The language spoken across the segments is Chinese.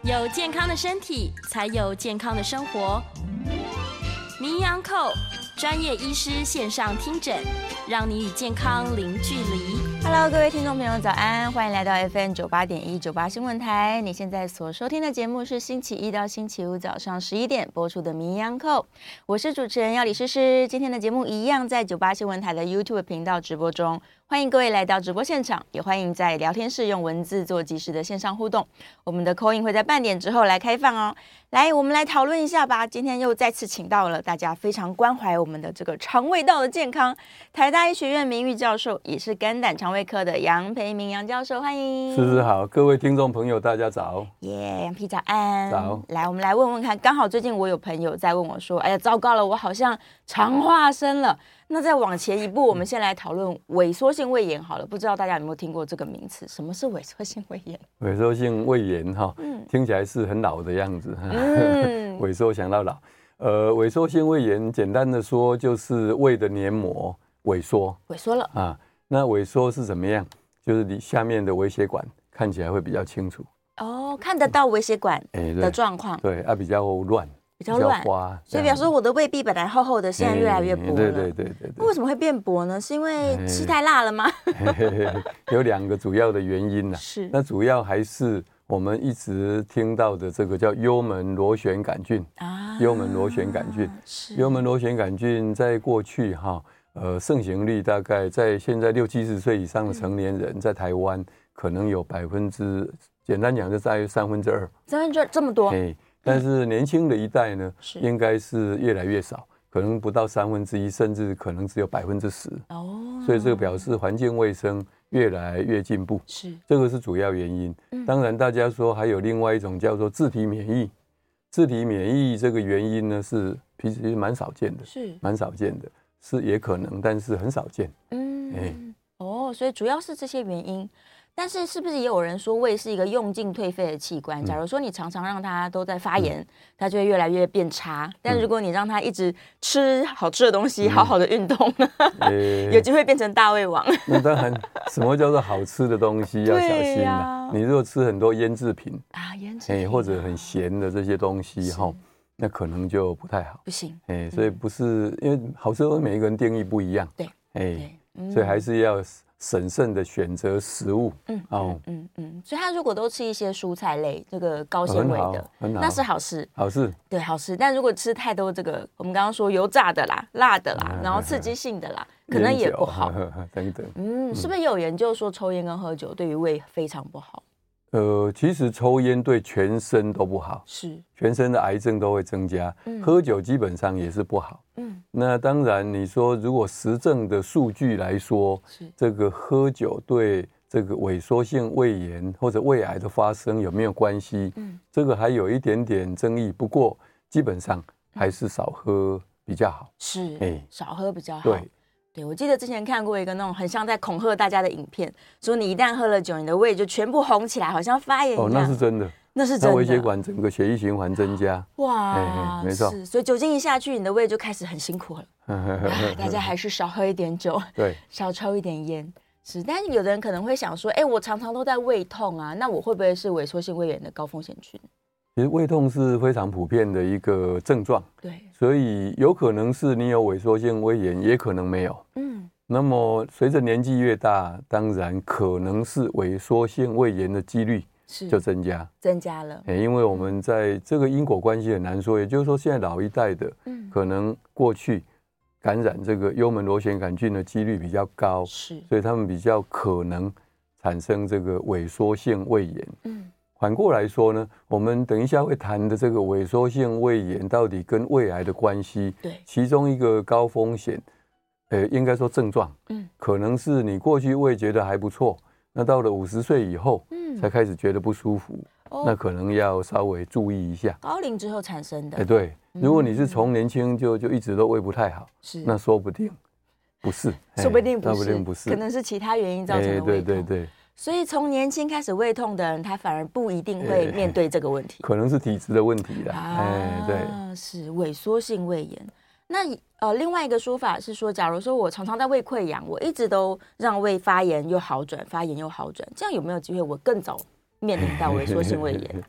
有健康的身体，才有健康的生活。名医安扣专业医师线上听诊，让你与健康零距离。 Hello， 各位听众朋友，早安！欢迎来到 FM 98.1 98新闻台。你现在所收听的节目是星期一到星期五早上11点播出的名医安扣，我是主持人要李诗诗。今天的节目一样在98新闻台的 YouTube 频道直播中。欢迎各位来到直播现场，也欢迎在聊天室用文字做即时的线上互动。我们的 call in 会在半点之后来开放哦。来，我们来讨论一下吧。今天又再次请到了大家非常关怀我们的这个肠胃道的健康，台大医学院名誉教授，也是肝胆肠胃科的杨培明杨教授，欢迎。 诗诗好，各位听众朋友大家早。 耶，杨皮早安。 早。 来，我们来问问看，刚好最近我有朋友在问我说，哎呀，糟糕了，我好像肠化生了。那再往前一步，我们先来讨论萎缩性胃炎好了。不知道大家有没有听过这个名词？什么是萎缩性胃炎？ 萎缩性胃炎哈，听起来是很老的样子。萎缩想到老，萎缩性胃炎简单的说就是胃的黏膜萎缩了啊。那萎缩是怎么样？就是你下面的微血管看起来会比较清楚哦，看得到微血管的状况。 对啊，比较乱。比较花， 所以表示我的胃壁本来厚厚的，现在越来越薄了。 对。 那为什么会变薄呢？是因为吃太辣了吗？ 有两个主要的原因啦。 是， 那主要还是我们一直听到的这个叫幽门螺旋杆菌啊。幽门螺旋杆菌，幽门螺旋杆菌在过去盛行率大概在现在60-70岁以上的成年人，在台湾可能有简单讲就在于2/3。 2/3这么多？ 但是年轻的一代呢，应该是越来越少，可能不到1/3，甚至可能只有10%。哦，所以这个表示环境卫生越来越进步，这个是主要原因。当然，大家说还有另外一种叫做自体免疫，自体免疫这个原因呢是其实蛮少见的，蛮少见的，是也可能，但是很少见。 所以主要是这些原因。但是是不是也有人说胃是一个用进退废的器官？假如说你常常让它都在发炎，它就会越来越变差。但如果你让它一直吃好吃的东西，好好的运动，有机会变成大胃王。 那当然，什么叫做好吃的东西要小心啊。你如果吃很多腌制品啊，或者很咸的这些东西那可能就不太好， 不行。 所以不是因为好吃，每一个人定义不一样。 对， 所以还是要审慎的选择食物。 所以他如果都吃一些蔬菜类，这个高纤维的，那是好事。对，好事。但如果吃太多这个，我们刚刚说油炸的啦、辣的啦，然后刺激性的啦，可能也不好。 等等。 是不是有研究说抽烟跟喝酒对于胃非常不好？ 其实抽烟对全身都不好，全身的癌症都会增加。喝酒基本上也是不好。那当然，你说如果实证的数据来说，这个喝酒对这个萎缩性胃炎或者胃癌的发生有没有关系？这个还有一点点争议。不过基本上还是少喝比较好。 少喝比较好。对，我记得之前看过一个那种很像在恐吓大家的影片，说你一旦喝了酒，你的胃就全部红起来，好像发炎一样。 那是真的， 那是真的。 微血管整个血液循环增加。 哇， 没错。 所以酒精一下去，你的胃就开始很辛苦了。大家还是少喝一点酒， 对， 少抽一点烟。但是有的人可能会想说，我常常都在胃痛啊，那我会不会是萎缩性胃炎的高风险群？ 其实胃痛是非常普遍的一个症状， 对， 所以有可能是你有萎缩性胃炎，也可能没有。那么随着年纪越大，当然可能是萎缩性胃炎的几率就增加了。因为我们在这个因果关系很难说，也就是说现在老一代的，可能过去感染这个幽门螺旋杆菌的几率比较高，所以他们比较可能产生这个萎缩性胃炎。反过来说呢，我们等一下会谈的这个萎缩性胃炎到底跟胃癌的关系，其中一个高风险，应该说症状，可能是你过去胃觉得还不错，那到了50岁以后，才开始觉得不舒服，那可能要稍微注意一下。 高龄之后产生的， 对，如果你是从年轻就一直都胃不太好，那说不定不是， 说不定不是，可能是其他原因造成的胃痛。 对。 所以从年轻开始胃痛的人，他反而不一定会面对这个问题， 可能是体质的问题啦。 对，是萎缩性胃炎。那另外一个说法是说，假如说我常常在胃溃疡，我一直都让胃发炎又好转，发炎又好转，这样有没有机会我更早面临到萎缩性胃炎？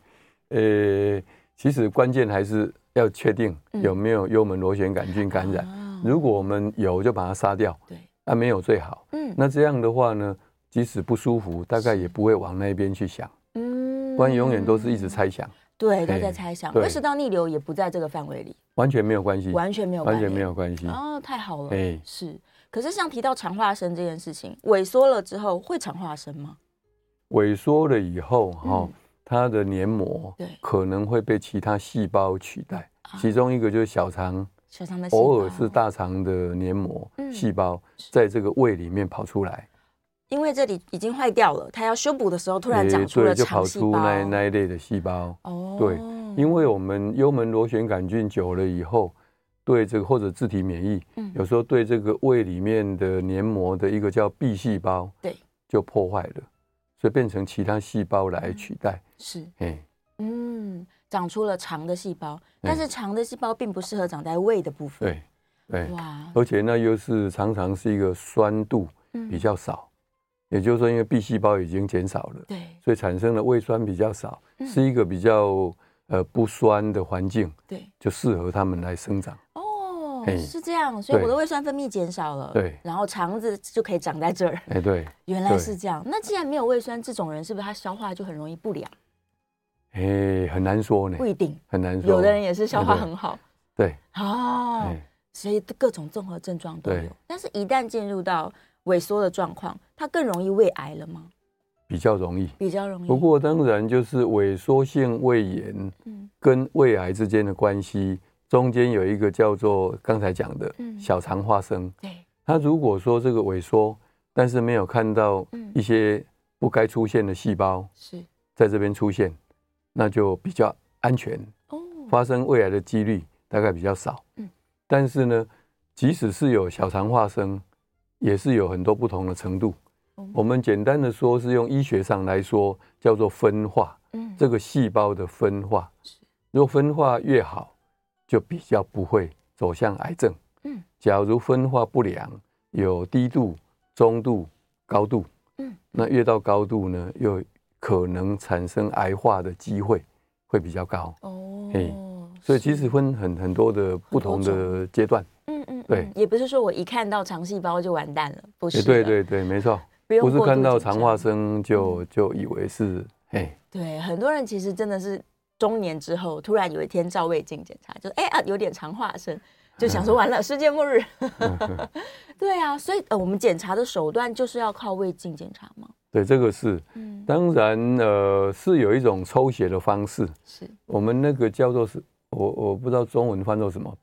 其实关键还是要确定有没有幽门螺旋杆菌感染。如果我们有，就把它杀掉。对，没有最好。那这样的话呢，即使不舒服，大概也不会往那边去想。不然永远都是一直猜想。对， 都在猜想。胃食道逆流也不在这个范围里， 完全没有关系， 完全没有关系。 哦，太好了。是。可是像提到肠化生这件事情，萎缩了之后会肠化生吗？ 萎缩了以后，它的黏膜可能会被其他细胞取代，其中一个就是小肠的偶尔是大肠的黏膜细胞在这个胃里面跑出来， 因为这里已经坏掉了，它要修补的时候突然长出了肠细胞， 就跑出那一类的细胞。对，因为我们幽门螺旋杆菌久了以后，对这个或者自体免疫，有时候对这个胃里面的黏膜的一个叫壁细胞，就破坏了。所以变成其他细胞来取代，是， 长出了肠的细胞，但是肠的细胞并不适合长在胃的部分， 对，哇，而且那又是常常是一个酸度比较少，也就是说，因为 B 细胞已经减少了，对，所以产生的胃酸比较少，是一个比较不酸的环境，对，就适合它们来生长。 是这样，所以我的胃酸分泌减少了，对，然后肠子就可以长在这儿。 对， 原来是这样。那既然没有胃酸，这种人是不是他消化就很容易不良？ 很难说呢， 不一定， 很难说。 有的人也是消化很好。 对， 所以各种综合症状都有。但是，一旦进入到萎缩的状况，它更容易胃癌了吗？ 比较容易。 不过当然就是萎缩性胃炎，跟胃癌之间的关系。中间有一个叫做刚才讲的小肠化生，它如果说这个萎缩，但是没有看到一些不该出现的细胞在这边出现，那就比较安全，发生胃癌的几率大概比较少。但是呢，即使是有小肠化生，也是有很多不同的程度。我们简单的说是用医学上来说叫做分化，这个细胞的分化，如果分化越好，就比较不会走向癌症。假如分化不良，有低度、中度、高度，那越到高度呢，又可能产生癌化的机会会比较高。所以其实分很多的不同的阶段。对， 也不是说我一看到肠细胞就完蛋了，不是。 对，没错，不是看到肠化生就以为是。 对，很多人其实真的是。中年之后，突然有一天照胃镜检查，就有点肠化生，就想说完了，世界末日。对啊，所以我们检查的手段就是要靠胃镜检查吗？ 对，这个是，当然是有一种抽血的方式，是我们那个叫做是，我不知道中文翻作什么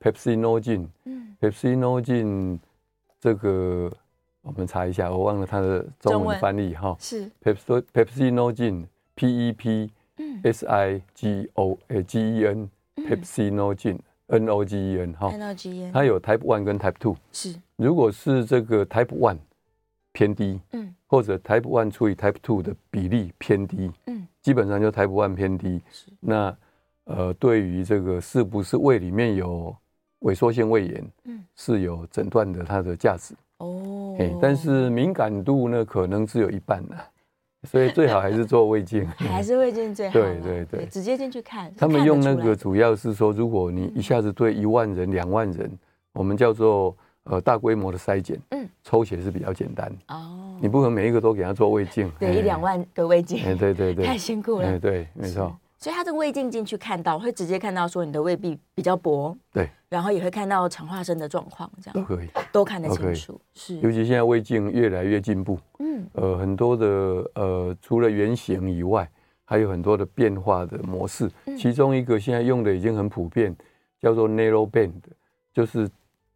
，pepsinogen，pepsinogen 这个我们查一下，我忘了它的中文翻译哈，是 pepsinogen PEP。SIGEN Pepsinogen NOGEN 哈，它有 Type 1跟 Type 2。是，如果是这个 Type 1偏低，或者 Type 1除以 Type 2的比例偏低，基本上就 Type 1偏低。那对于这个是不是胃里面有萎缩性胃炎，是有诊断的它的价值。但是敏感度呢，可能只有一半啊。所以最好还是做胃镜， 还是胃镜最好。 对， 直接进去看。 他们用那个主要是说，如果你一下子对1万人、2万人，我们叫做大规模的筛检，抽血是比较简单。你不可能每一个都给他做胃镜， 对，1-2万个胃镜， 对， 太辛苦了。 对，没错。 所以他这个胃镜进去看到，会直接看到说你的胃壁比较薄， 对， 然后也会看到肠化生的状况，这样都可以， 都看得清楚。是， 尤其现在胃镜越来越进步，很多的除了圆形以外，还有很多的变化的模式。其中一个现在用的已经很普遍，叫做 narrow band， 就是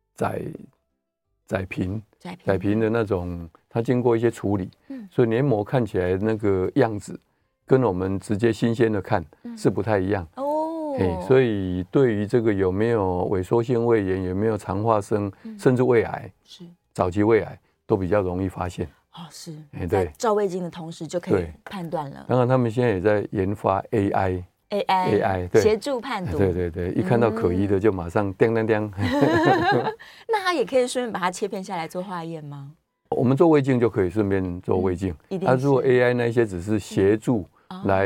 窄平的那种，它经过一些处理，所以黏膜看起来那个样子。跟我们直接新鲜的看是不太一样所以对于这个有没有萎缩性胃炎，有没有肠化生，甚至胃癌，早期胃癌都比较容易发现。 是，在照胃镜的同时就可以判断了。 当然，他们现在也在研发 AI， 协助判读。 对，一看到可疑的就马上叮。 那他也可以顺便把它切片下来做化验吗？ 我们做胃镜就可以顺便做胃镜。如果 AI 那些只是协助来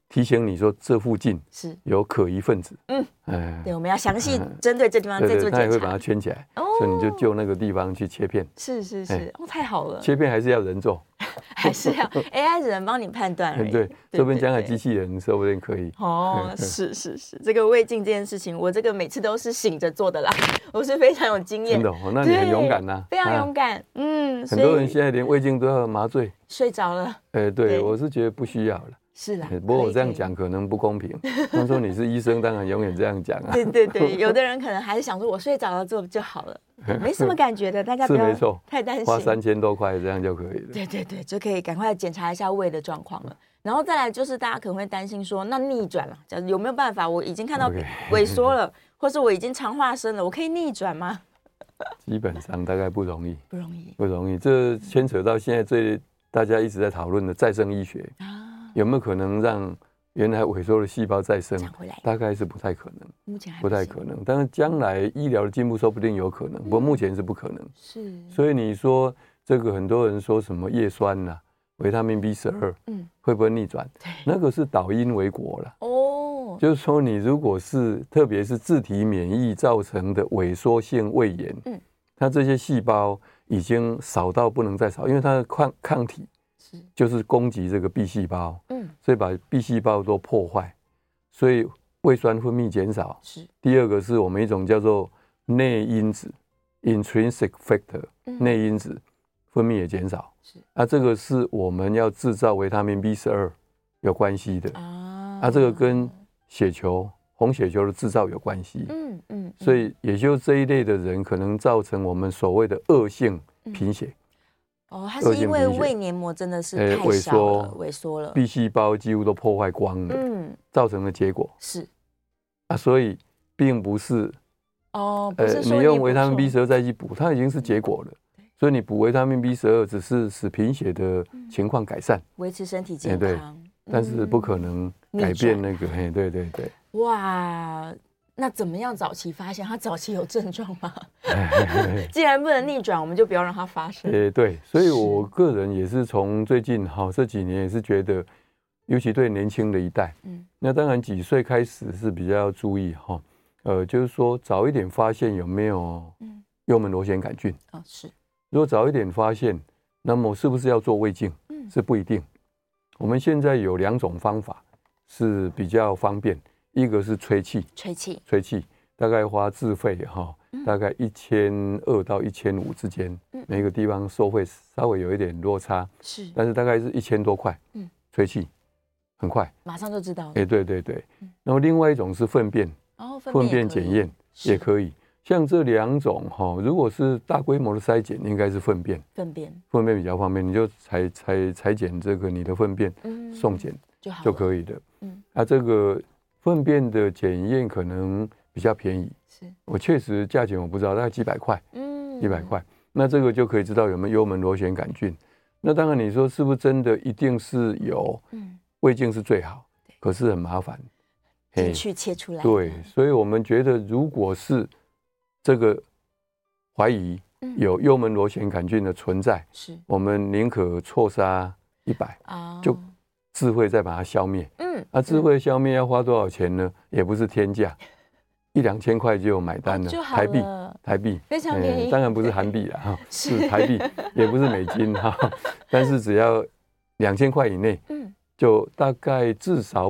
提醒你说这附近是有可疑分子。 对，我们要详细针对这地方再做检查。 他也会把它圈起来，所以你就就那个地方去切片。 是，太好了。 切片还是要人做， 还是要 AI 只能帮你判断而已。 对，这边将来机器人说不定可以。 是，这个胃镜这件事情，我这个每次都是醒着做的啦，我是非常有经验。 真的那你很勇敢呐， 非常勇敢。 很多人现在连胃镜都要麻醉， 睡着了。 对，我是觉得不需要了。 是啦， 不过我这样讲可能不公平。他说你是医生，当然永远这样讲啊。 对，有的人可能还是想说，我睡着了做就好了，没什么感觉的，大家不要太担心。 花3000多块这样就可以了。 对，就可以赶快检查一下胃的状况了。然后再来就是大家可能会担心说，那逆转了，有没有办法？我已经看到萎缩了，或是我已经肠化生了，我可以逆转吗？ 基本上大概不容易， 不容易。 这牵扯到现在大家一直在讨论的再生医学有没有可能让原来萎缩的细胞再生？大概是不太可能， 目前还不太可能。但是将来医疗的进步说不定有可能，不过目前是不可能。 是， 所以你说这个很多人说什么叶酸呐、维他命 B12，会不会逆转？那个是倒因为果了。就是说你如果是特别是自体免疫造成的萎缩性胃炎，它这些细胞已经少到不能再少，因为它的抗体就是攻击这个 B 细胞，所以把 B 细胞都破坏，所以胃酸分泌减少。第二个是我们一种叫做内因子 （intrinsic factor），内因子分泌也减少。这个是我们要制造维他命 B12有关系的。这个跟血球、红血球的制造有关系。所以也就这一类的人可能造成我们所谓的恶性贫血。 它是因为胃黏膜真的是太小了，萎缩了 ，B 细胞几乎都破坏光了，造成的结果是所以并不是你用维他命 B12再去补，它已经是结果了。所以你补维他命 B12只是使贫血的情况改善， 维持身体健康， 但是不可能改变那个。对。 哇。那怎么样早期发现？他早期有症状吗？既然不能逆转，我们就不要让它发生。 对，所以我个人也是从最近这几年也是觉得，尤其对年轻的一代，那当然几岁开始是比较要注意就是说早一点发现有没有幽门螺旋杆菌。 是。 如果早一点发现，那么是不是要做胃镜？是不一定。我们现在有2种方法是比较方便。一个是吹气，大概花自费大概1200到1500之间，每个地方收费稍微有一点落差，但是大概是1000多块，吹气很快， 马上就知道了。 对。然后另外一种是粪便，粪便检验也可以。像这2种如果是大规模的筛检，应该是粪便比较方便，你就裁剪这个你的粪便，送检就可以的。这个粪便的检验可能比较便宜，我确实价钱我不知道，大概几百块，那这个就可以知道有没有幽门螺旋杆菌。那当然你说是不是真的一定是有，胃镜是最好，可是很麻烦， 进去切出来。 对，所以我们觉得如果是这个怀疑有幽门螺旋杆菌的存在，我们宁可错杀100，就智慧再把它消灭。智慧消灭要花多少钱呢？也不是天价，1-2千块就买单了，台币非常便宜， 当然不是韩币啦，是台币，也不是美金但是只要2000块以内，就大概至少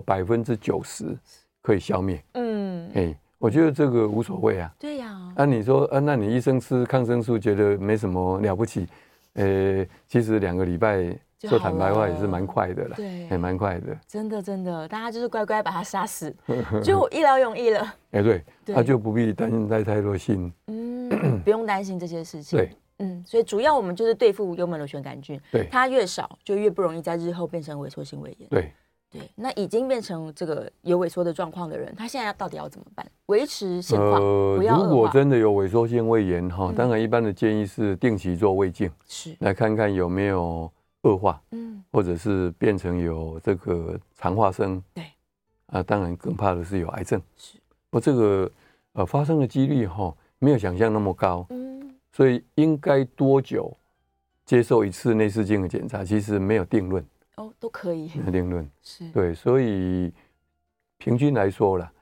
90%可以消灭。我觉得这个无所谓啊。 对呀。 你说那你医生吃抗生素觉得没什么了不起？其实2个礼拜。说坦白话也是蛮快的啦， 对， 也蛮快的。 真的，大家就是乖乖把它杀死，就一劳永逸了。 对，他就不必担心太多心。 不用担心这些事情。 对， 所以主要我们就是对付幽门螺旋杆菌， 对， 它越少就越不容易在日后变成萎缩性胃炎。 对， 那已经变成这个有萎缩的状况的人，他现在到底要怎么办？维持现况，不要恶化。 如果真的有萎缩性胃炎当然一般的建议是定期做胃镜，来看看有没有恶化，或者是变成有这个肠化生， 对， 当然更怕的是有癌症，这个发生的几率没有想象那么高，所以应该多久接受一次内视镜的检查，其实没有定论， 都可以。 另论是， 对，所以平均来说啦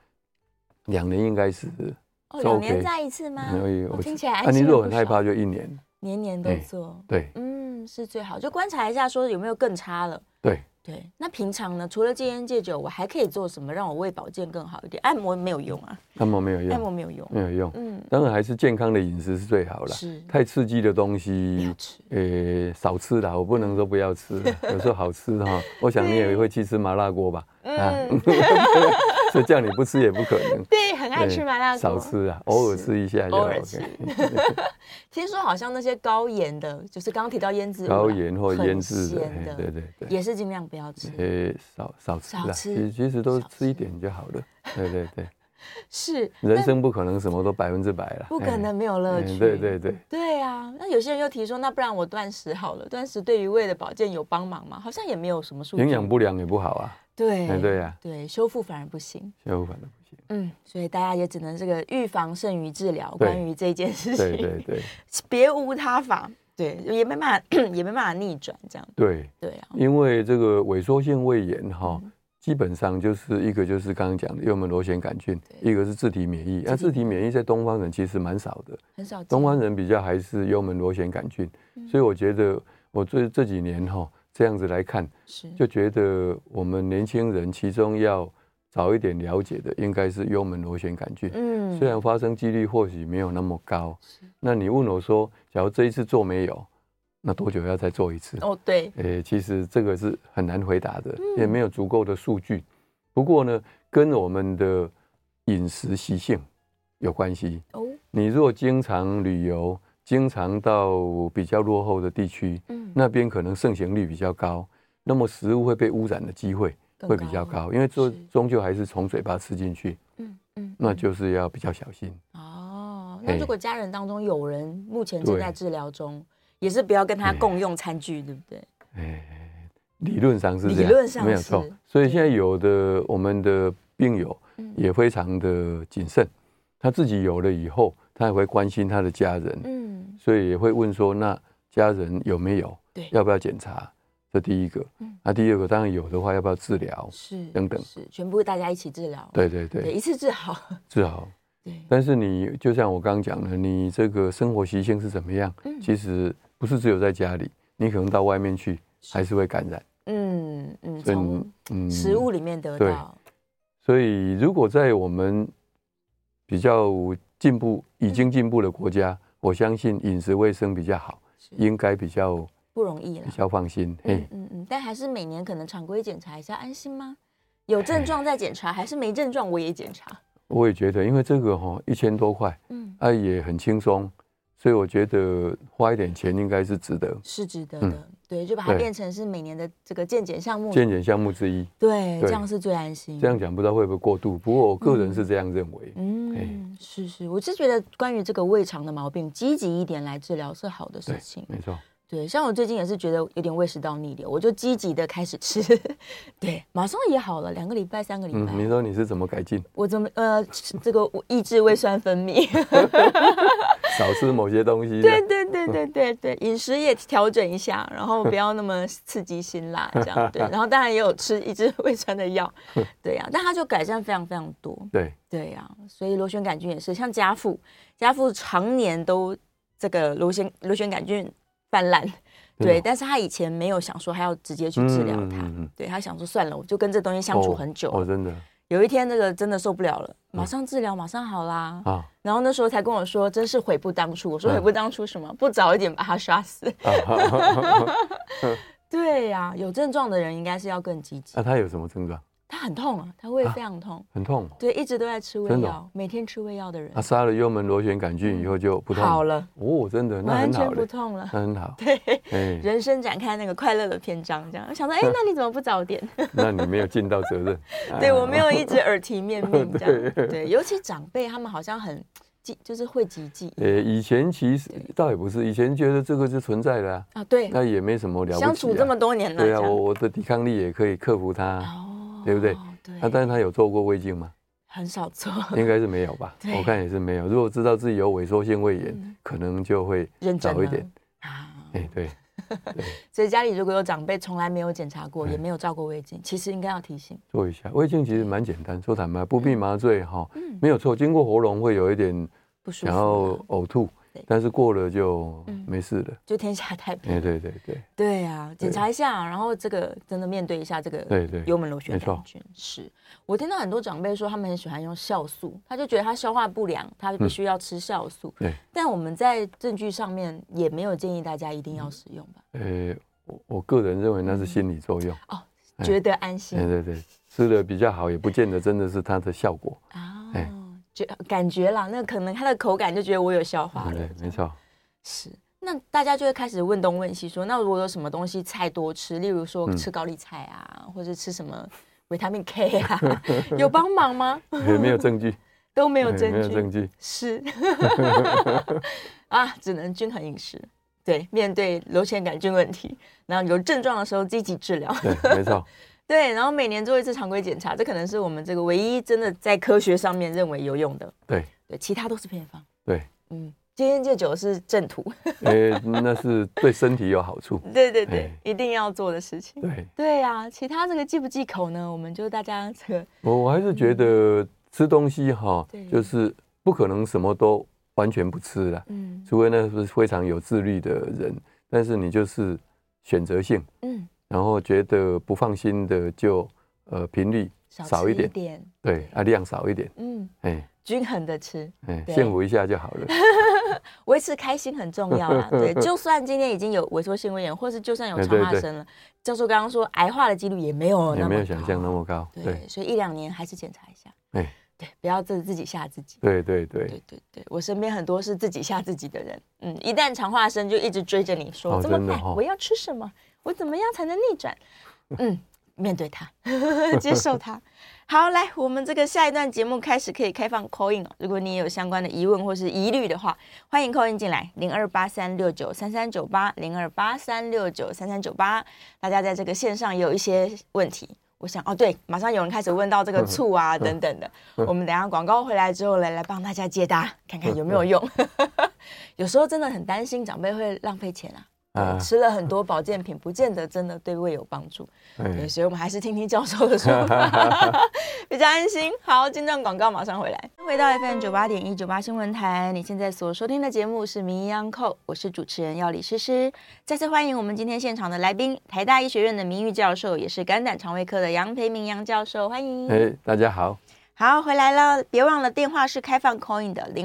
，2年应该是 2年再一次吗？我听起来安心了不少。 你如果很害怕，就1年， 年年都做。 对， 是最好，就观察一下，说有没有更差了。对，那平常呢？除了戒烟戒酒，我还可以做什么让我胃保健更好一点？按摩没有用啊， 按摩没有用，没有用。当然还是健康的饮食是最好啦。是，太刺激的东西，少吃啦。我不能说不要吃，有时候好吃哈。我想你也会去吃麻辣锅吧？所以叫你不吃也不可能。 对，很爱吃麻辣锅， 少吃啊，偶尔吃一下就 OK。 听说好像那些高盐的，就是刚刚提到腌制物， 高盐或腌制的，对， 也是尽量不要吃。 少吃，其实都吃一点就好了。对。 是， 人生不可能什么都100%了， 不可能没有乐趣。对啊，那有些人又提说，那不然我断食好了，断食对于胃的保健有帮忙吗？好像也没有什么数据。 营养不良也不好啊。 对，修复反而不行。所以大家也只能这个预防胜于治疗。关于这件事情， 对， 别无他法。对，也没办法逆转这样。 对啊，因为这个萎缩性胃炎哈。基本上就是一个就是刚刚讲的幽门螺旋杆菌，一个是自体免疫。那自体免疫在东方人其实蛮少的， 很少。 东方人比较还是幽门螺旋杆菌，所以我觉得我这几年这样子来看，就觉得我们年轻人其中要早一点了解的应该是幽门螺旋杆菌。虽然发生几率或许没有那么高，那你问我说，假如这一次做没有？那多久要再做一次？ 对， 其实这个是很难回答的，也没有足够的数据。不过呢，跟我们的饮食习性有关系。你如果经常旅游，经常到比较落后的地区，那边可能盛行率比较高，那么食物会被污染的机会会比较高，因为终究还是从嘴巴吃进去。那就是要比较小心。 那如果家人当中有人目前正在治疗中，也是不要跟他共用餐具，对不对？ 理论上是这样，没有错。所以现在有的我们的病友也非常的谨慎，他自己有了以后，他也会关心他的家人，所以也会问说，那家人有没有？要不要检查？这第一个。那第二个当然有的话，要不要治疗？等等， 全部大家一起治疗。 对， 一次治好。 但是你就像我刚刚讲的，你这个生活习性是怎么样？其实不是只有在家里，你可能到外面去还是会感染。 从食物里面得到。 所以如果在我们比较已经进步的国家，我相信饮食卫生比较好，应该比较不容易了， 比较放心。 但还是每年可能常规检查一下，安心吗？有症状再检查，还是没症状我也检查？ 我也觉得，因为这个1000多块，也很轻松，所以我觉得花一点钱应该是值得， 是值得的。对，就把它变成是每年的这个健检项目之一。 对，这样是最安心。 这样讲不知道会不会过度，不过我个人是这样认为。 是，我是觉得关于这个胃肠的毛病，积极一点来治疗是好的事情。 没错。 对，像我最近也是觉得有点胃食道逆流，我就积极的开始吃，对，马上也好了，2个礼拜、3个礼拜。 你说你是怎么改进？ 我怎么这个抑制胃酸分泌， 少吃某些东西。 对，饮食也调整一下，然后不要那么刺激辛辣这样。对，然后当然也有吃抑制胃酸的药，对呀，但它就改善非常非常多。对呀，所以螺旋杆菌也是，像家父常年都这个螺旋杆菌泛滥，对，但是他以前没有想说还要直接去治疗它，对，他想说算了，我就跟这东西相处很久了， 真的。 有一天这个真的受不了了，马上治疗，马上好啦。然后那时候才跟我说，真是悔不当初。我说悔不当初什么？不早一点把他杀死。对呀，有症状的人应该是要更积极。 那他有什么症状？ 他很痛啊，他胃非常痛， 很痛。 对，一直都在吃胃药，每天吃胃药的人， 他杀了幽门螺旋杆菌以后就不痛好了。 真的，那很好， 完全不痛了， 那很好。 对，人生展开那个快乐的篇章，这样。我想说，那你怎么不早点？ 那你没有尽到责任。 对，我没有一直耳提面命这样。对，尤其长辈他们好像很就是会积极。 以前其实倒也不是，以前觉得这个是存在的对， 那也没什么了不起。 相处这么多年了， 对啊，我的抵抗力也可以克服它，对不对？但是他有做过胃镜吗？ 很少做， 应该是没有吧？我看也是没有。如果知道自己有萎缩性胃炎，可能就会早一点。对， 所以家里如果有长辈从来没有检查过，也没有照过胃镜，其实应该要提醒做一下。胃镜其实蛮简单，说坦白不必麻醉没有错，经过喉咙会有一点不舒服， 想要呕吐，但是过了就没事了， 就天下太平。 对啊，检查一下，然后这个真的面对一下这个幽门螺旋杆菌。是我听到很多长辈说他们很喜欢用酵素，他就觉得他消化不良，他必须要吃酵素。但我们在证据上面也没有建议大家一定要使用吧？ 我个人认为那是心理作用觉得安心。 对，吃的比较好，也不见得真的是它的效果就感觉啦，那可能它的口感就觉得我有消化了。 对，没错。 是，那大家就会开始问东问西，说那如果有什么东西菜多吃，例如说吃高丽菜啊，或者吃什么维他命 K 啊，有帮忙吗？ 没有证据， 都没有证据， 没有证据。 是只能均衡饮食。对，面对螺旋杆菌问题，然后有症状的时候积极治疗。 对，没错。 对，然后每年做一次常规检查，这可能是我们这个唯一真的在科学上面认为有用的。对，其他都是偏方。 对， 戒烟戒酒是正途。 那是对身体有好处。 对，一定要做的事情。 对啊，其他这个忌不忌口呢？我们就大家这个， 我还是觉得吃东西就是不可能什么都完全不吃啦。除非那是非常有自律的人，但是你就是选择性。然后觉得不放心的就频率少一点，对量少一点， 均衡的吃， 幸福一下就好了。 维持开心很重要啦。对，就算今天已经有萎缩性胃炎，或是就算有肠化生了，教授刚刚说癌化的几率也没有那么高， 也没有想象那么高。 对，所以1-2年还是检查一下。对，不要自己吓自己。 对， 我身边很多是自己吓自己的人。一旦肠化生就一直追着你说怎么办？我要吃什么？我怎么样才能逆转？面对它，接受它。好，来，我们这个下一段节目开始可以开放 call in 如果你也有相关的疑问或是疑虑的话，欢迎 call in 进来0283693398，0283693398。大家在这个线上也有一些问题。我想对，马上有人开始问到这个醋啊等等的，我们等一下广告回来之后来帮大家解答，看看有没有用。有时候真的很担心长辈会浪费钱吃了很多保健品，不见得真的对胃有帮助。所以我们还是听听教授的说法，比较安心。好，进段广告马上回来。回到 FM 98.1 98新闻台，你现在所收听的节目是名医央叩，我是主持人药理诗诗。再次欢迎我们今天现场的来宾，台大医学院的名誉教授，也是肝胆肠胃科的杨培明杨教授，欢迎。 大家好。 好，回来了，别忘了电话是开放 call in 的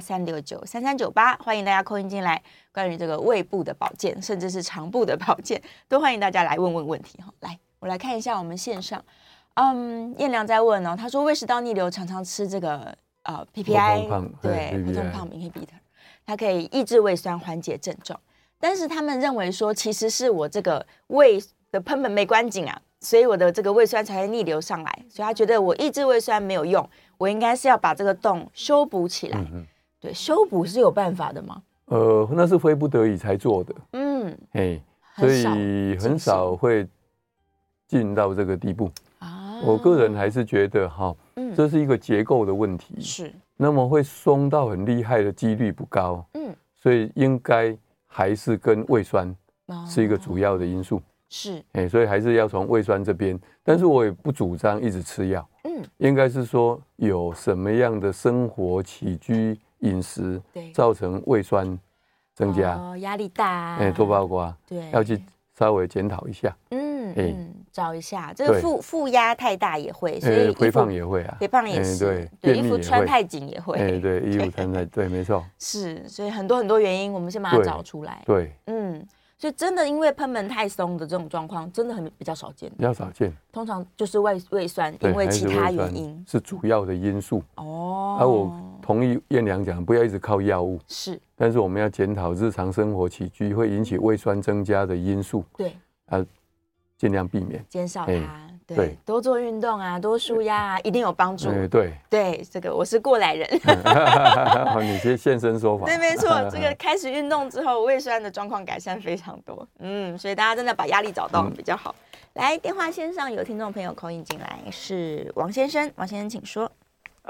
0283693398，欢迎大家 call in 进来，关于这个胃部的保健，甚至是肠部的保健，都欢迎大家来问问题。来，我来看一下我们线上，燕良在问他说胃食道逆流常常吃这个PPI， 对，proton pump inhibitor， 它可以抑制胃酸，缓解症状，但是他们认为说其实是我这个胃的贲门没关紧所以我的这个胃酸才会逆流上来，所以他觉得我抑制胃酸没有用，我应该是要把这个洞修补起来。对，修补是有办法的吗？ 那是非不得已才做的。所以很少会进到这个地步。我个人还是觉得这是一个结构的问题。是，那么会松到很厉害的几率不高。所以应该还是跟胃酸是一个主要的因素。是，所以还是要从胃酸这边，但是我也不主张一直吃药。应该是说有什么样的生活起居饮食造成胃酸增加， 压力大， 都包括，要去稍微检讨一下。 找一下这个负压太大也会，所以肥胖也会肥胖也是，对，衣服穿太紧也会， 对，衣服穿太，对，没错， 是，所以很多原因，我们先把它找出来。 对， 所以真的因为贲门太松的这种状况，真的比较少见。 比较少见， 通常就是胃酸，因为其他原因是主要的因素。我同意燕良讲，不要一直靠药物。是，但是我们要检讨日常生活起居会引起胃酸增加的因素。对，尽量避免， 减少它。对，多做运动多舒压一定有帮助。对，这个我是过来人。 你先现身说法。 对，没错，这个开始运动之后，胃酸的状况改善非常多。所以大家真的把压力找到比较好。来，电话线上有听众朋友call in进来，是王先生，王先生请说。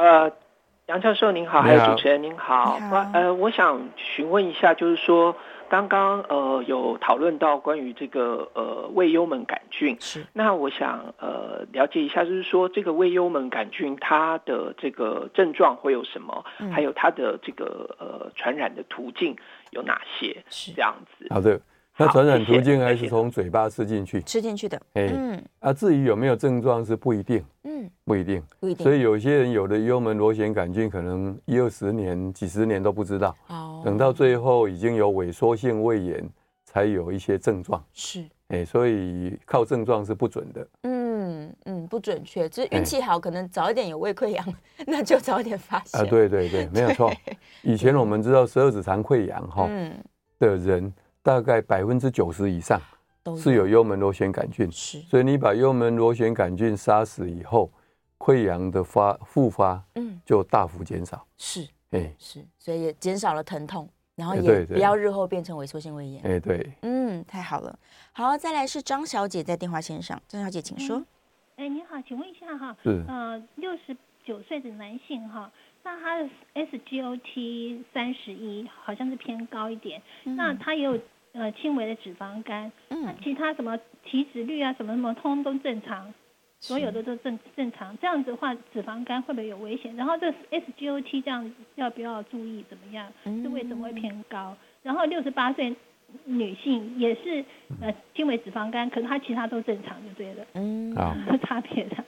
杨教授您好，还有主持人您好。我想询问一下，就是说刚刚有讨论到关于这个胃幽门杆菌， 是。 那我想了解一下，就是说这个胃幽门杆菌它的这个症状会有什么，还有它的这个传染的途径有哪些？是这样子。 好的。那传染途径还是从嘴巴吃进去的，至于有没有症状是不一定，不一定。所以有些人有的幽门螺旋杆菌可能10-20年、几十年都不知道，等到最后已经有萎缩性胃炎，才有一些症状。是，所以靠症状是不准的。 不准确，只是运气好，可能早一点有胃溃疡，那就早一点发现。 对，没有错。以前我们知道十二指肠溃疡的人。大概90%以上是有幽门螺旋杆菌，所以你把幽门螺旋杆菌杀死以后，溃疡的复发就大幅减少。是， 所以也减少了疼痛，然后也不要日后变成萎缩性胃炎。 对， 太好了。好，再来是张小姐在电话线上，张小姐请说。 你好，请问一下哈，69岁的男性哈。那他的 SGOT 31好像是偏高一点，那他也有轻微的脂肪肝，那其他什么体脂率啊什么通通都正常，所有的都正常，这样子的话脂肪肝会不会有危险？然后这 SGOT 这样要不要注意怎么样？是为什么会偏高？然后68岁女性也是轻微脂肪肝，可是她其他都正常就对了，差别的。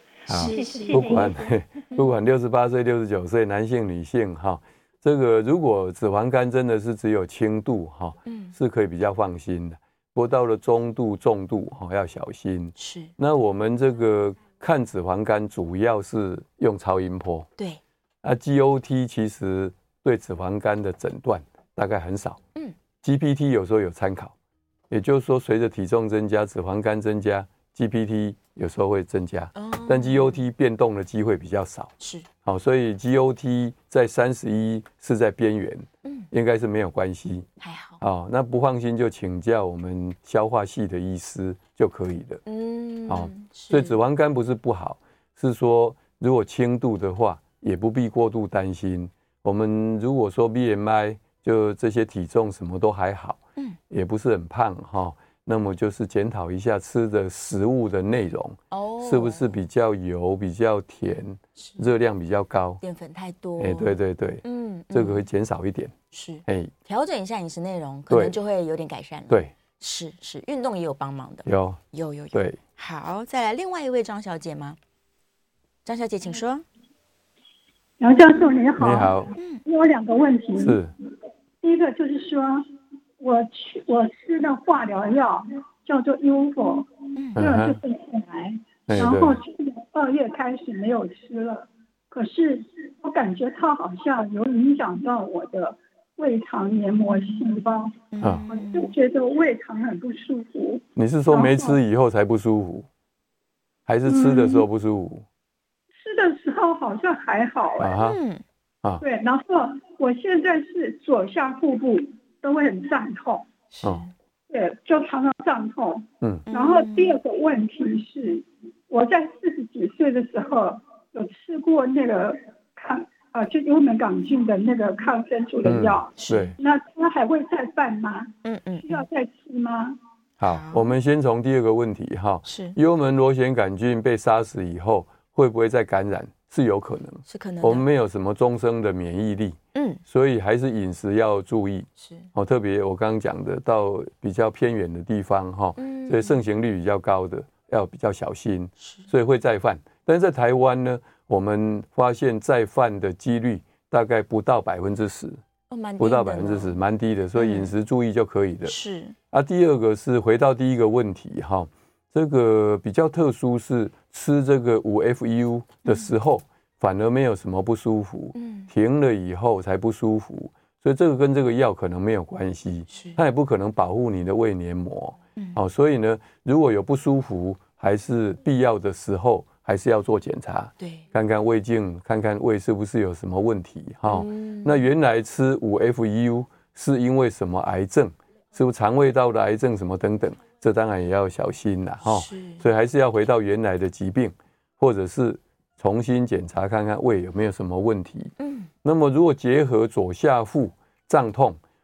不管68岁、69岁，男性、女性这个如果脂肪肝真的是只有轻度是可以比较放心的。不过到了中度、重度要小心。是。那我们这个看脂肪肝主要是用超音波。对。GOT 其实对脂肪肝的诊断大概很少。GPT 有时候有参考，也就是说随着体重增加，脂肪肝增加。GPT 有时候会增加，但 GOT 变动的机会比较少。是，所以 GOT 在31是在边缘，应该是没有关系。还好。那不放心就请教我们消化系的医师就可以了。所以脂肪肝不是不好，是说如果轻度的话，也不必过度担心。我们如果说 BMI 就这些体重什么都还好，也不是很胖那么就是检讨一下吃的食物的内容，是不是比较油、比较甜、热量比较高， 淀粉太多。 对，这个会减少一点。是， 调整一下饮食内容，可能就会有点改善了。 对， 是，运动也有帮忙的。有。 对， 好，再来另外一位张小姐吗？张小姐，请说。 杨教授你好。 你好。 我有2个问题。 是。 第一个就是说。我吃的化疗药叫做 UFO， 这个是肺腺癌，然后去年2月开始没有吃了，可是我感觉它好像有影响到我的胃肠黏膜细胞，我就觉得胃肠很不舒服。 你是说没吃以后才不舒服，还是吃的时候不舒服？ 吃的时候好像还好对，然后我现在是左下腹部都会很胀痛，对，就常常胀痛。然后第2个问题是，我在40几岁的时候有吃过那个就幽门杆菌的那个抗生素的药， 对， 那它还会再犯吗？需要再吃吗？ 好，我们先从第2个问题是幽门螺旋杆菌被杀死以后会不会再感染？是有可能， 是可能的。 我们没有什么终生的免疫力，所以还是饮食要注意。是，特别我刚刚讲的，到比较偏远的地方所以盛行率比较高的要比较小心，所以会再犯。但是在台湾呢，我们发现再犯的几率大概不到10%，不到10%，蛮低的，所以饮食注意就可以的。是。第2个是回到第1个问题这个比较特殊是吃这个5-FU 的时候，反而没有什么不舒服，停了以后才不舒服，所以这个跟这个药可能没有关系，它也不可能保护你的胃黏膜。所以呢，如果有不舒服，还是必要的时候还是要做检查，对，看看胃镜，看看胃是不是有什么问题那原来吃5-FU 是因为什么癌症？是不是肠胃道的癌症什么等等？这当然也要小心啦所以还是要回到原来的疾病，或者是重新检查看看胃有没有什么问题。那么如果结合左下腹胀痛，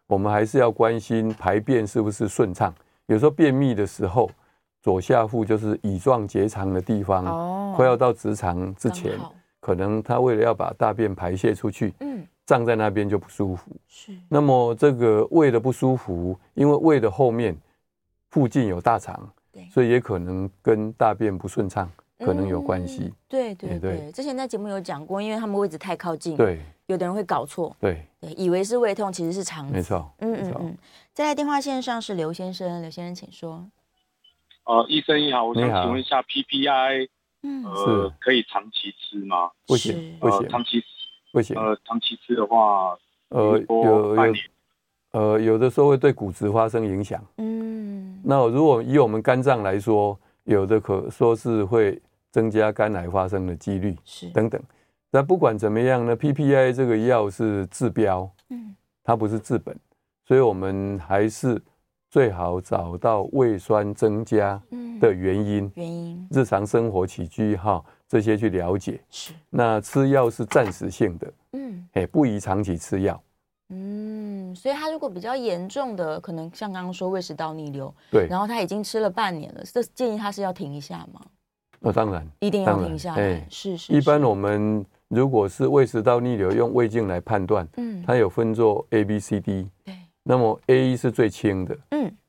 我们还是要关心排便是不是顺畅。有时候便秘的时候，左下腹就是乙状结肠的地方，快要到直肠之前，可能他为了要把大便排泄出去，胀在那边就不舒服。是。那么这个胃的不舒服，因为胃的后面附近有大肠，所以也可能跟大便不顺畅可能有关系。 对，之前在节目有讲过，因为他们位置太靠近， 对， 有的人会搞错， 对， 以为是胃痛，其实是肠子。 没错， 再来电话线上是刘先生，刘先生请说。 医生你好，我想请问一下 PPI，可以长期吃吗？ 不行， 长期不行， 长期吃的话， 有的时候会对骨质发生影响。那如果以我们肝脏来说，有的可说是会增加肝癌发生的几率，等等。那不管怎么样呢 ，PPI 这个药是治标，它不是治本，所以我们还是最好找到胃酸增加的原因，日常生活起居这些去了解。是，那吃药是暂时性的，不宜长期吃药。 所以他如果比较严重的，可能像刚刚说胃食道逆流， 对， 然后他已经吃了半年了，这建议他是要停一下吗？ 当然， 一定要停下来。是。 一般我们如果是胃食道逆流，用胃镜来判断，它有分作 A、B、C、D。对。那么 A 是最轻的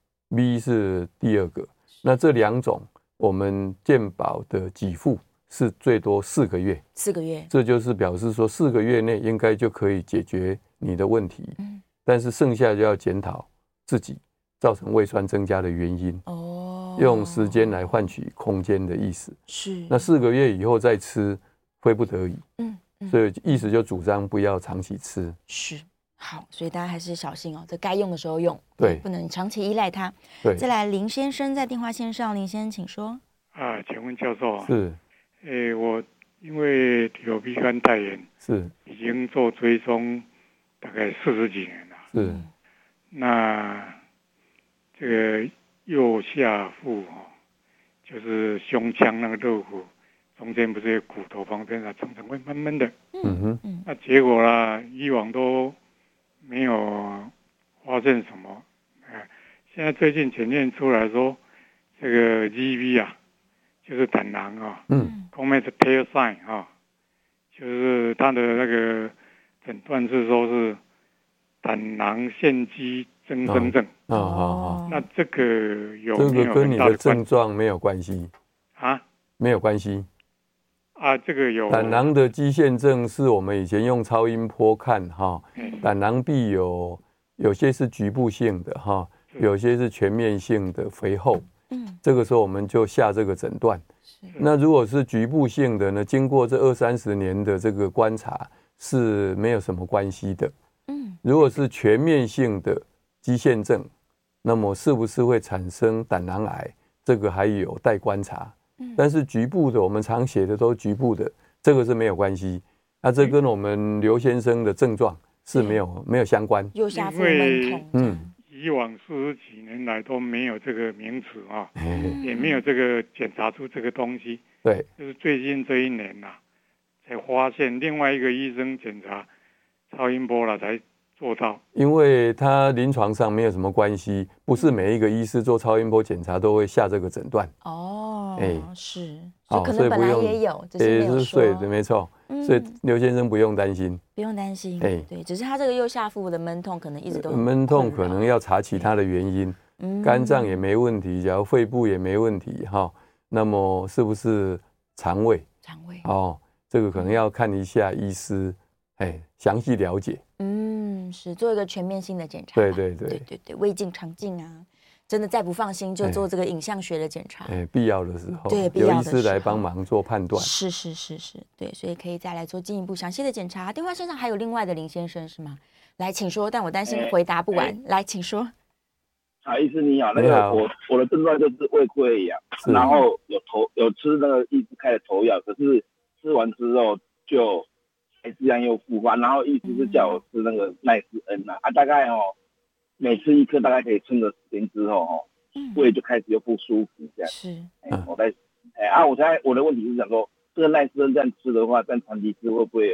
，B 是第二个。那这两种我们健保的给付是最多4个月。 4个月。这就是表示说4个月内应该就可以解决你的问题。但是剩下就要检讨自己造成胃酸增加的原因。用时间来换取空间的意思。是。那4个月以后再吃，非不得已。所以意思就主张不要长期吃。 是。好，所以大家还是小心这该用的时候用， 对， 不能长期依赖它。 对。 再来，林先生在电话线上，林先生请说。 请问教授是， 我因为有鼻肝代言， 是， 已经做追踪大概40几年了。 是。 那这个右下腹就是胸腔那个肉骨中间，不是有骨头旁边常常会闷闷的。那结果啦，以往都没有发现什么，现在最近检验出来说，这个 GV 就是胆囊Comet tail sign 就是它的那个诊断是说是胆囊腺肌增生症。那这个有没有跟你的症状没有关系没有关系。 这个有胆囊的肌腺症是我们以前用超音波看胆囊壁有些是局部性的有些是全面性的肥厚。这个时候我们就下这个诊断。那如果是局部性的呢，经过这20-30年的这个观察是没有什么关系的。如果是全面性的肌腺症，那么是不是会产生胆囊癌，这个还有待观察。但是局部的，我们常写的都局部的，这个是没有关系。这跟我们刘先生的症状是没有相关。 右下腹闷痛。 以往40几年来都没有这个名词也没有这个检查出这个东西。 对， 就是最近这1年才发现，另外一个医生检查超音波才做到。 因为他临床上没有什么关系，不是每一个医师做超音波检查都会下这个诊断。 是，所以可能本来也有，只是没有说。 对，没错。所以刘先生不用担心， 不用担心。对，只是他这个右下腹的闷痛可能一直都闷痛，可能要查其他的原因。肝脏也没问题，假如肺部也没问题那么是不是肠胃？这个可能要看一下医师，详细了解。 是做一个全面性的检查。 对， 胃镜、肠镜真的再不放心，就做这个影像学的检查。 必要的时候， 对， 有医师来帮忙做判断。 是，对，所以可以再来做进一步详细的检查。电话线上还有另外的林先生是吗？来，请说。但我担心回答不完，来，请说。 医师你好，那个我的症状就是胃溃疡，然后有吃那个医师开的头药，可是吃完之后就还是一样又复发，然后医师是叫我吃那个奈斯恩大概每次1颗大概可以撑个10天之后胃就开始又不舒服这样。 是， 我在我的问题是想说，这个奈斯恩这样吃的话，但长期吃会不会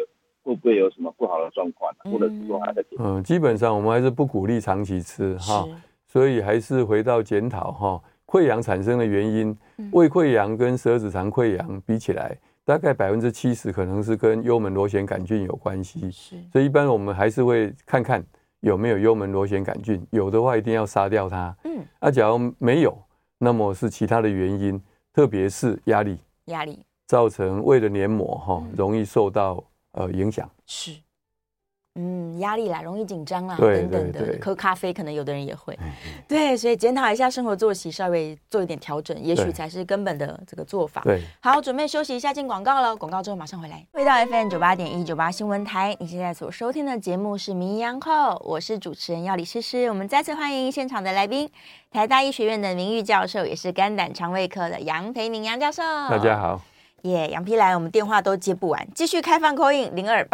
会不会有什么不好的状况，或者是说还在检查？ 基本上我们还是不鼓励长期吃哈，所以还是回到检讨哈，溃疡产生的原因，胃溃疡跟十二指肠溃疡比起来，大概70%可能是跟幽门螺旋杆菌有关系，所以一般我们还是会看看有没有幽门螺旋杆菌，有的话一定要杀掉它。假如没有，那么是其他的原因，特别是压力造成胃的黏膜容易受到影响。 是，压力啦，容易紧张啦，等等的，喝咖啡可能有的人也会，对，所以检讨一下生活作息，稍微做一点调整，也许才是根本的这个做法。 对， 好，准备休息一下，进广告了，广告之后马上回来。回到 FM98.198新闻台，你现在所收听的节目是名医央叩，我是主持人药理诗诗。我们再次欢迎现场的来宾，台大医学院的名誉教授，也是肝胆肠胃科的杨培宁杨教授。 大家好。 杨批来，我们电话都接不完，继续开放 call in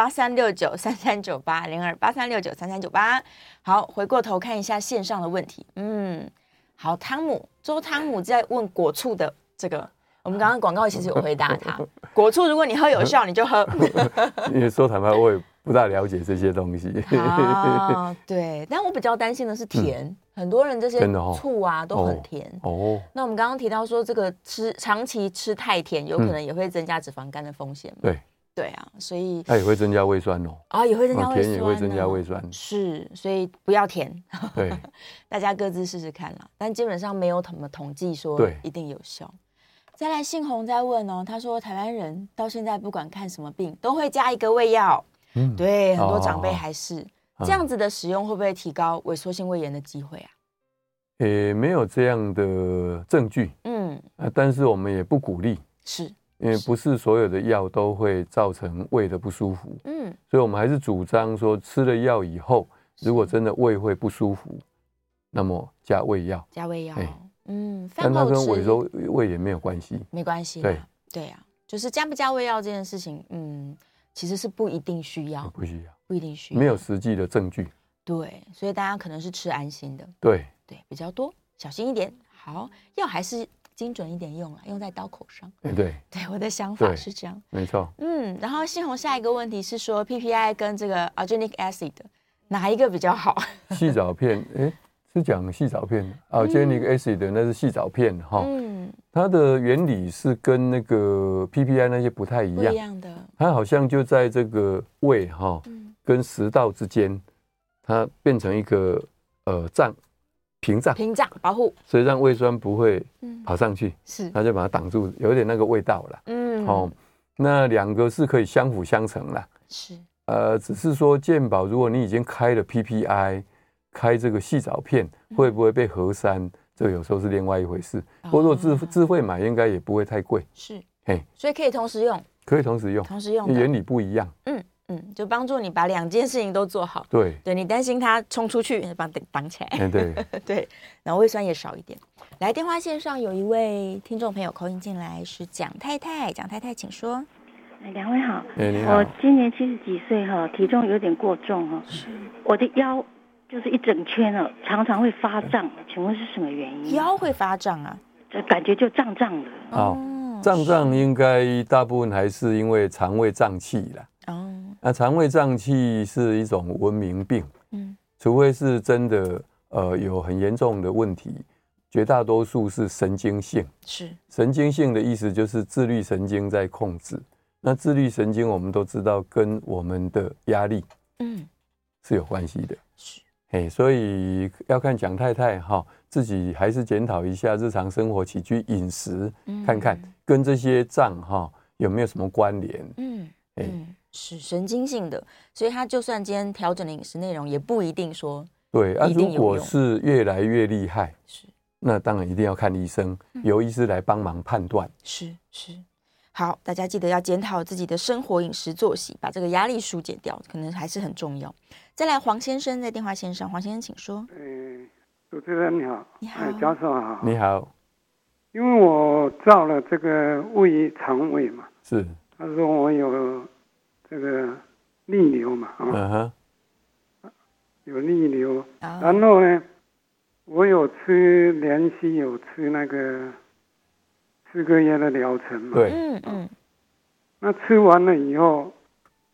0283693398 好，回过头看一下线上的问题。好，周汤姆在问果醋的这个，我们刚刚广告其实有回答他，果醋如果你喝有效，你就喝。 因为说坦白，我也不大了解这些东西。 对，但我比较担心的是甜。很多人这些醋啊都很甜那我们刚刚提到说，这个长期吃太甜，有可能也会增加脂肪肝的风险。对啊，所以它也会增加胃酸也会增加胃酸， 甜也会增加胃酸。 是，所以不要甜。 对， 大家各自试试看啦。但基本上没有什么统计说一定有效。再来，信宏在问他说台湾人到现在不管看什么病都会加一个胃药。对，很多长辈还是。这样子的使用会不会提高萎缩性胃炎的机会啊？ 没有这样的证据，但是我们也不鼓励，因为不是所有的药都会造成胃的不舒服，所以我们还是主张说，吃了药以后，如果真的胃会不舒服，那么加胃药，但它跟萎缩胃炎没有关系， 没关系，对啊，就是加不加胃药这件事情，其实是不一定需要， 不需要。 不一定需要， 没有实际的证据。 对，所以大家可能是吃安心的。 对， 比较多，小心一点。好，药还是精准一点用用在刀口上。 对， 我的想法是这样。 没错。 然后信宏下一个问题是说 PPI 跟这个 Arginic acid 哪一个比较好？ 细藻片，是讲细藻片，Arginic acid 那是细藻片它的原理是跟那个 PPI 那些不太一样， 不一样的。 它好像就在这个胃跟食道之间，它变成一个屏障保护， 所以让胃酸不会跑上去，它就把它挡住，有点那个味道了。那两个是可以相辅相成啦。只是说健保，如果你已经开了 PPI， 开这个细藻片，会不会被核删？这有时候是另外一回事。不过如果自费买，应该也不会太贵。 所以可以同时用。 可以同时用，原理不一样。 就帮助你把两件事情都做好。 对， 你担心它冲出去，把它挡起来。对，然后胃酸也少一点。来，电话线上有一位听众朋友call in进来，是蒋太太，蒋太太请说。 两位好， 你好。 我今年70几岁体重有点过重我的腰就是一整圈常常会发胀，请问是什么原因？ 腰会发胀啊？ 这感觉就胀胀的。 胀应该大部分还是因为肠胃胀气啦。那肠胃胀气是一种文明病，除非是真的有很严重的问题，绝大多数是神经性。神经性的意思就是自律神经在控制。那自律神经我们都知道跟我们的压力是有关系的。所以要看蒋太太自己还是检讨一下日常生活起居饮食，看看跟这些胀有没有什么关联。 是神经性的，所以他就算今天调整的饮食内容，也不一定说对如果是越来越厉害，那当然一定要看医生，由医师来帮忙判断。 是好，大家记得要检讨自己的生活饮食作息，把这个压力疏解掉，可能还是很重要。再来，黄先生在电话线上，黄先生请说。 主持人你好。 你好。 教授好。 你好。 因为我照了这个胃肠胃嘛，他说我有这个逆流嘛，有逆流，然后呢，我连续有吃那个4个月的疗程嘛， 对， 那吃完了以后，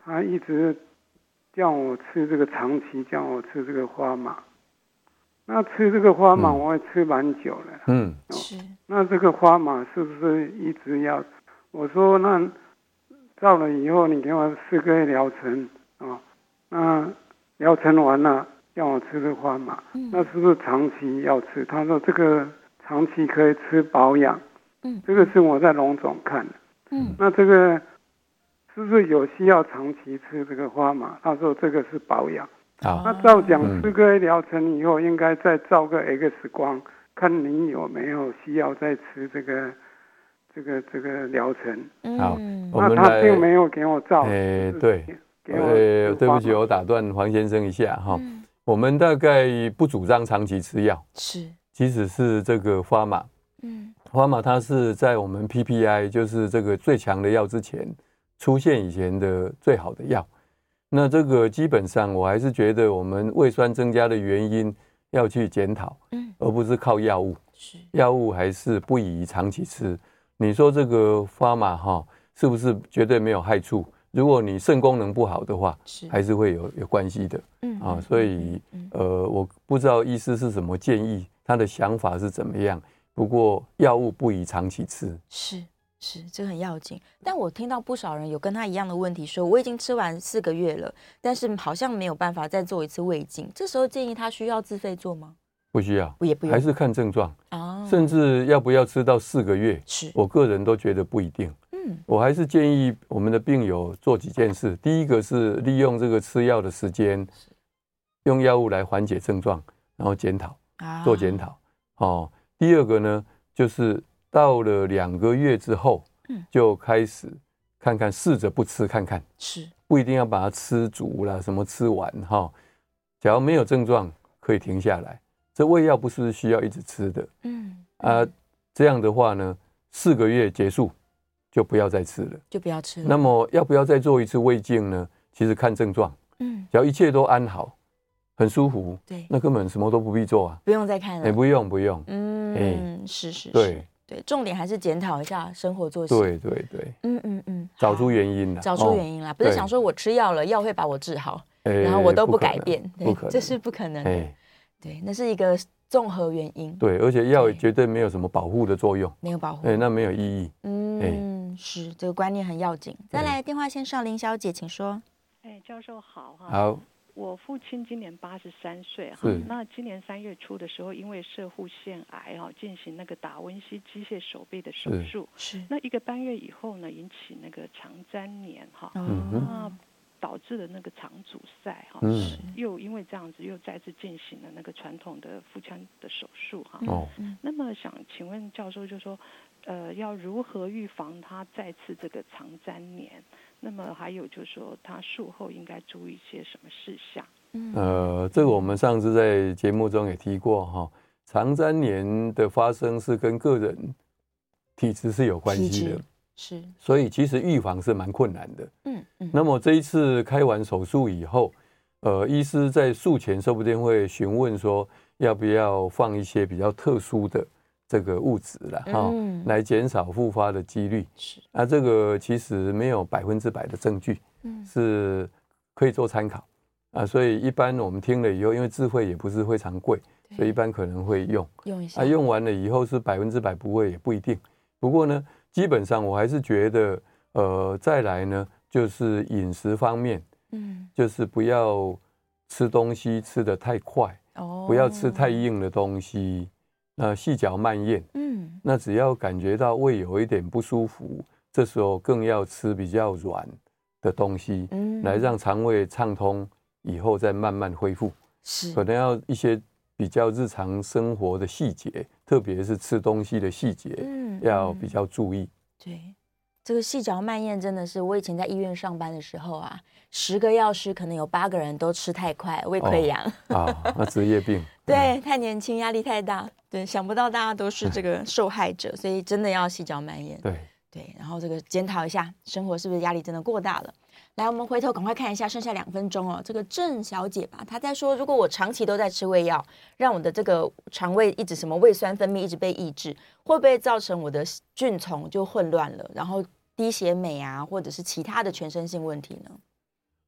他一直叫我吃这个，长期叫我吃这个花麻。那吃这个花麻我会吃蛮久了。是。那这个花麻是不是一直要？我说那照了以后，你给我4个月疗程啊，那疗程完了叫我吃这个花麻，那是不是长期要吃？他说这个长期可以吃保养。这个是我在龙总看的。那这个是不是有需要长期吃这个花麻？他说这个是保养。那照讲4个月疗程以后，应该再照个 X 光，看你有没有需要再吃这个疗程。 好， 那他并没有给我照。 对，对不起，我打断黄先生一下哈。我们大概不主张长期吃药，是，即使是这个花麻，花麻它是在我们 PPI 就是这个最强的药之前出现以前的最好的药。那这个基本上我还是觉得我们胃酸增加的原因要去检讨，而不是靠药物。药物还是不宜长期吃。你说这个花麻哈，是不是绝对没有害处？如果你肾功能不好的话，还是会有关系的。所以我不知道医师是什么建议，他的想法是怎么样。不过药物不宜长期吃。 是，这个很要紧。但我听到不少人有跟他一样的问题，说我已经吃完4个月了，但是好像没有办法再做一次胃镜。这时候建议他需要自费做吗？ 不需要， 也不用， 还是看症状。甚至要不要吃到4个月，我个人都觉得不一定。我还是建议我们的病友做几件事。第一个是利用这个吃药的时间，用药物来缓解症状，然后做检讨。第二个呢，就是到了2个月之后，就开始看看，试着不吃看看，不一定要把它吃足了，什么吃完哈。假如没有症状，可以停下来。这胃药不是需要一直吃的，这样的话呢，4个月结束就不要再吃了，那么要不要再做一次胃镜呢？其实看症状，只要一切都安好，很舒服，那根本什么都不必做啊， 不用再看了， 不用， 是， 对， 重点还是检讨一下生活作息， 对，找出原因啦，不是想说我吃药了，药会把我治好，然后我都不改变，这是不可能的，对，那是一个综合原因， 对，而且药绝对没有什么保护的作用， 没有保护， 那没有意义， 是，这个观念很要紧。再来电话线上林小姐，请说。 教授好哈。 好。 我父亲今年83岁哈，那今年3月初的时候，因为摄护腺癌哈，进行那个达文西机械手臂的手术，那1个半月以后呢，引起那个肠粘连哈，那导致了那个肠阻塞哈，又因为这样子又再次进行了那个传统的腹腔的手术哈。那么想请问教授，就说要如何预防他再次这个肠粘连？那么还有就是说，他术后应该注意一些什么事项？ 这个我们上次在节目中也提过哈，肠粘连的发生是跟个人体质是有关系的，所以其实预防是蛮困难的。那么这一次开完手术以后，医师在术前说不定会询问说，要不要放一些比较特殊的这个物质啦，来减少复发的几率。这个其实没有100%的证据，是可以做参考所以一般我们听了以后，因为智慧也不是非常贵，所以一般可能会用一下。用完了以后是100%不会，也不一定。不过呢，基本上我还是觉得，再来呢，就是饮食方面，就是不要吃东西吃得太快，不要吃太硬的东西。细嚼慢咽，那只要感觉到胃有一点不舒服，这时候更要吃比较软的东西，来让肠胃畅通，以后再慢慢恢复。可能要一些比较日常生活的细节，特别是吃东西的细节，要比较注意。 对，这个细嚼慢咽真的是，我以前在医院上班的时候啊，10个药师可能有8个人都吃太快，胃溃疡那职业病。 对，太年轻，压力太大。对，想不到大家都是这个受害者，所以真的要细嚼慢咽。对，然后这个检讨一下，生活是不是压力真的过大了？来，我们回头赶快看一下，剩下2分钟哦。这个郑小姐吧，她在说，如果我长期都在吃胃药，让我的这个肠胃一直什么胃酸分泌一直被抑制，会不会造成我的菌丛就混乱了，然后低血镁啊，或者是其他的全身性问题呢？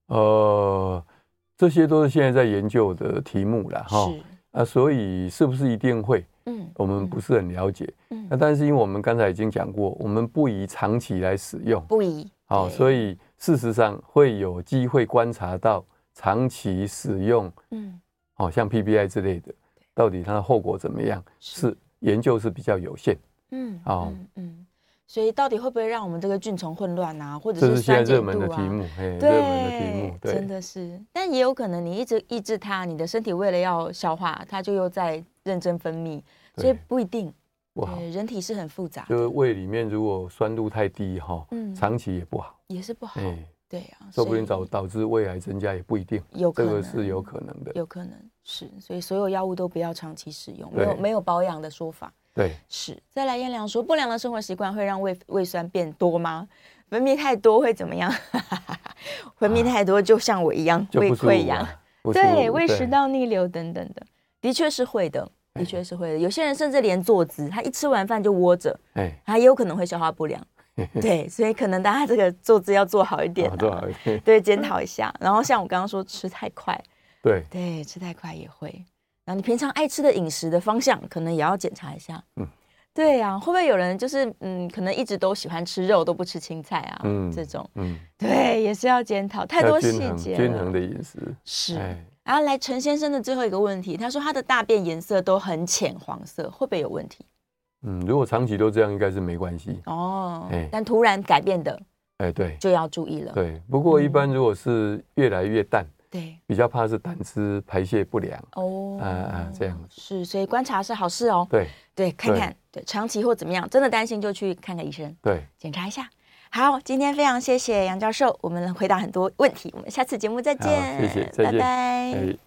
这些都是现在在研究的题目啦，哈。所以是不是一定会？我们不是很了解。那但是因为我们刚才已经讲过，我们不宜长期来使用， 不宜。 所以事实上会有机会观察到长期使用，像 PPI 之类的，到底它的后果怎么样？是研究是比较有限。 所以到底会不会让我们这个菌丛混乱啊，或者是酸碱度啊？ 这是现在热门的题目，热门的题目， 真的是。但也有可能你一直抑制它，你的身体为了要消化，它就又在认真分泌，所以不一定。对，人体是很复杂的。 就是胃里面如果酸度太低长期也不好， 也是不好。对啊， 说不定导致胃癌增加也不一定，这个是有可能的。 有可能是，所以所有药物都不要长期使用，没有保养的说法。 对， 是。再来，燕良说，不良的生活习惯会让胃酸变多吗？分泌太多会怎么样？分泌太多就像我一样，胃溃疡，对，胃食道逆流等等的，的确是会的，的确是会的。有些人甚至连坐姿，他一吃完饭就窝着，他也有可能会消化不良。对，所以可能大家这个坐姿要做好一点， 做好一点， 对，检讨一下。然后像我刚刚说，吃太快， 对， 吃太快也会。然后你平常爱吃的饮食的方向，可能也要检查一下。对啊，会不会有人就是可能一直都喜欢吃肉，都不吃青菜啊？这种，对，也是要检讨，太多细节了。 均衡的饮食是。然后来陈先生的最后一个问题，他说他的大便颜色都很浅黄色，会不会有问题？ 如果长期都这样，应该是没关系但突然改变的， 对， 就要注意了。 对，不过一般如果是越来越淡， 对， 比较怕是胆汁排泄不良这样是，所以观察是好事哦。对，看看，对，长期或怎么样，真的担心就去看个医生， 对， 检查一下。好，今天非常谢谢杨教授，我们回答很多问题，我们下次节目再见， 谢谢，再见， 拜拜。